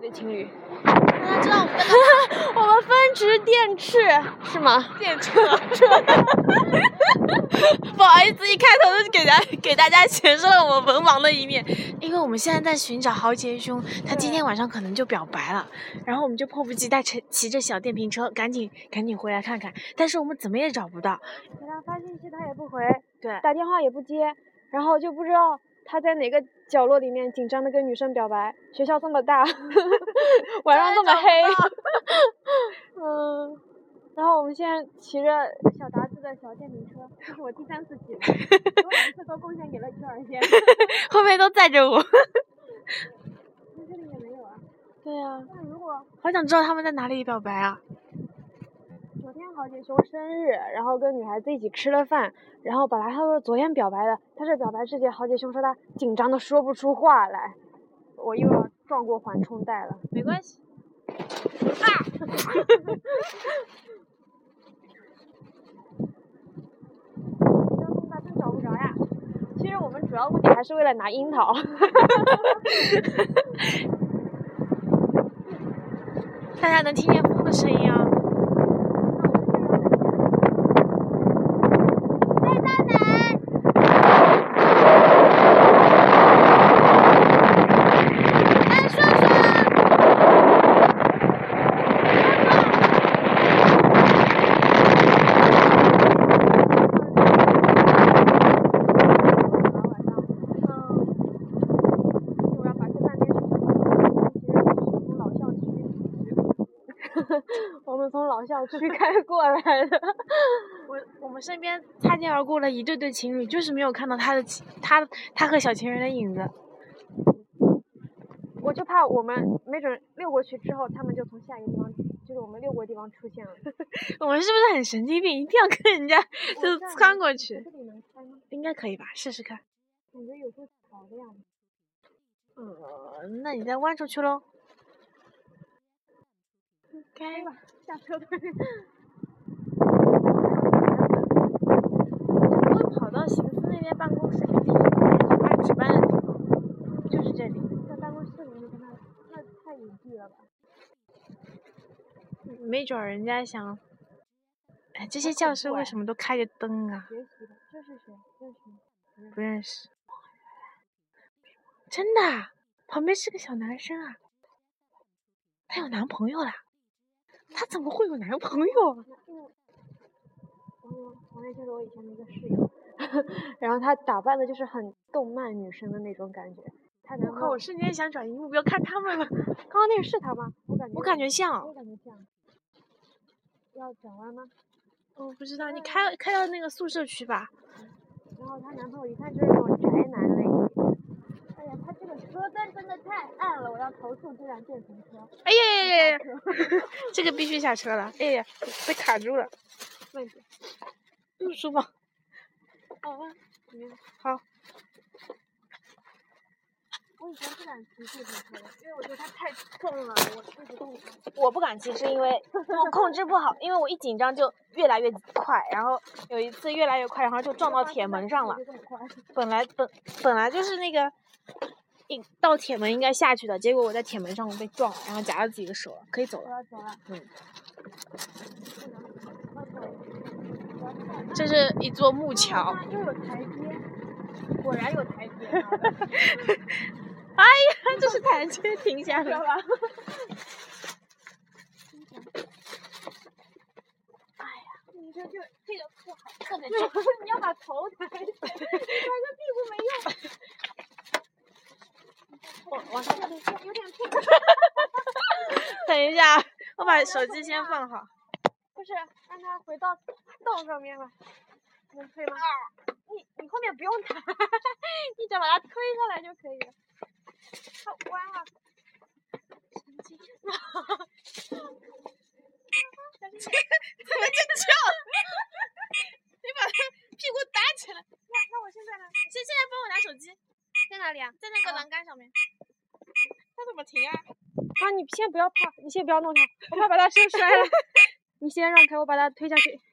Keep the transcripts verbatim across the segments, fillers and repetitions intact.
对情侣。 大家知道我们在干嘛？ 我们分值电翅是吗？ 电车。不好意思，一开头就给大给大家显示了我文盲的一面，因为我们现在在寻找豪杰兄，他今天晚上可能就表白了，然后我们就迫不及待骑骑着小电瓶车，赶紧赶紧回来看看，但是我们怎么也找不到， 给他发信息他也不回， 对， 打电话也不接，然后就不知道他在哪个角落里面紧张的跟女生表白。学校这么大，晚上这么黑，嗯。然后我们现在骑着小达子的小电瓶车，这是我第三次骑，我两次都贡献给了邱尔先， 后面都载着我。 那这里也没有啊。 对啊， 但如果好想知道他们在哪里表白啊。 昨天豪杰兄生日，然后跟女孩子一起吃了饭，然后本来他说昨天表白的，他这表白之前豪杰兄说他紧张的说不出话来，我又要撞过缓冲带了。 没关系。 啊！交通大真找不着呀。其实我们主要目的还是为了拿樱桃。 大家能听见风的声音啊。 我们从老校区开过来的。 我我们身边擦肩而过了一对对情侣，就是没有看到他的他他和小情人的影子。 我就怕我们没准溜过去之后，他们就从下一个地方，就是我们溜过的地方出现了。 我们是不是很神经病？一定要跟人家就穿过去？ 这里能开吗？ 应该可以吧，试试看。 感觉有座桥的样子。 呃，那你再弯出去喽。 开吧，下车吧。 我会跑到邢思那边办公室去第一间他值班的地方，就是这里。 在办公室里面跟他，那太隐蔽了吧？ 没准人家想，哎，这些教室为什么都开着灯啊？ 学习的，这是谁？认识吗？ 不认识。真的？旁边是个小男生啊？他有男朋友啦？他怎么会有男朋友啊？ 王源，王源就是我以前的一个室友，然后他打扮的就是很动漫女生的那种感觉。他我靠！我瞬间想转移目标看他们了。 刚刚那个是他吗？我感觉。 我感觉像。 我感觉像。要转弯吗？ 我不知道，你开开到那个宿舍区吧。 然后她男朋友一看就是那种宅男类型。哎呀，他这个车灯真的太暗了，我要投诉这辆电瓶车。 哎呀呀呀呀！这个必须下车了。哎呀，被卡住了。 慢点。 不舒服。 好啊，怎么样？ 好。 我以前不敢骑电瓶车，因为我觉得它太重了，我推不动它。 我不敢骑是因为我控制不好，因为我一紧张就越来越快，然后有一次越来越快，然后就撞到铁门上了。本来本本来就是那个一到铁门应该下去的，结果我在铁门上被撞了，然后夹了自己的手了，可以走了。 我要走了。 嗯。这是一座木桥。 又有台阶，果然有台阶。 哎呀，这是台阶，停下来了。 哎呀，你这就这个不好，特别重，你要把头抬起来，你抬着屁股没用。 我往上有点痛。 等一下，我把手机先放好。 不是，让它回到道上面了，能推吗？你你后面不用抬，你只要把它推下来就可以了。它弯了。神经。 怎么就叫？你把他屁股搭起来。 那那我现在呢？ 你现现在帮我拿手机。 在哪里啊？ 在那个栏杆上面。它怎么停啊？ 啊，你先不要怕，你先不要弄它，我怕把它车摔了。你先让开，我把它推下去。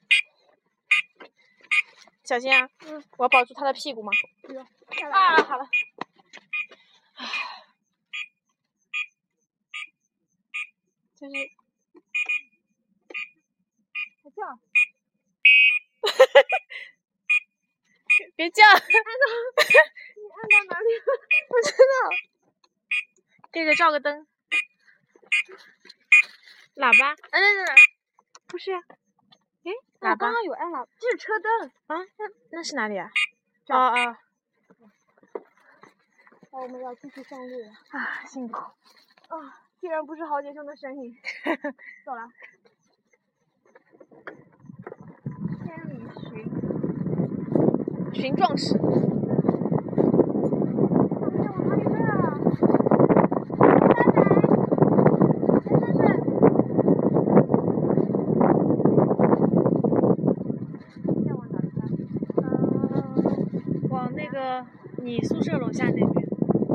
小心啊！嗯，我要保住他的屁股吗？ 啊，好了。 就是它叫。 别叫！ 按到你按到哪里了？ 不知道。这个照个灯。喇叭？哎，那那不是呀、啊。哎，喇叭。 刚刚有按喇叭，这是车灯啊？那那是哪里啊？ 哦哦。 那我们要继续上路了。 啊，辛苦。 啊，竟然不是豪杰兄的身影。走了。千里寻寻壮士。往那个你宿舍楼下那边。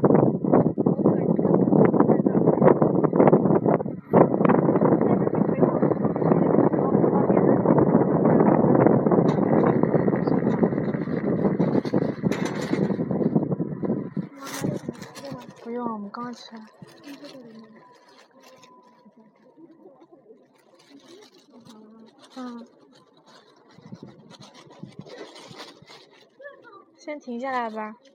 不用，我们刚吃。嗯。先停下来吧。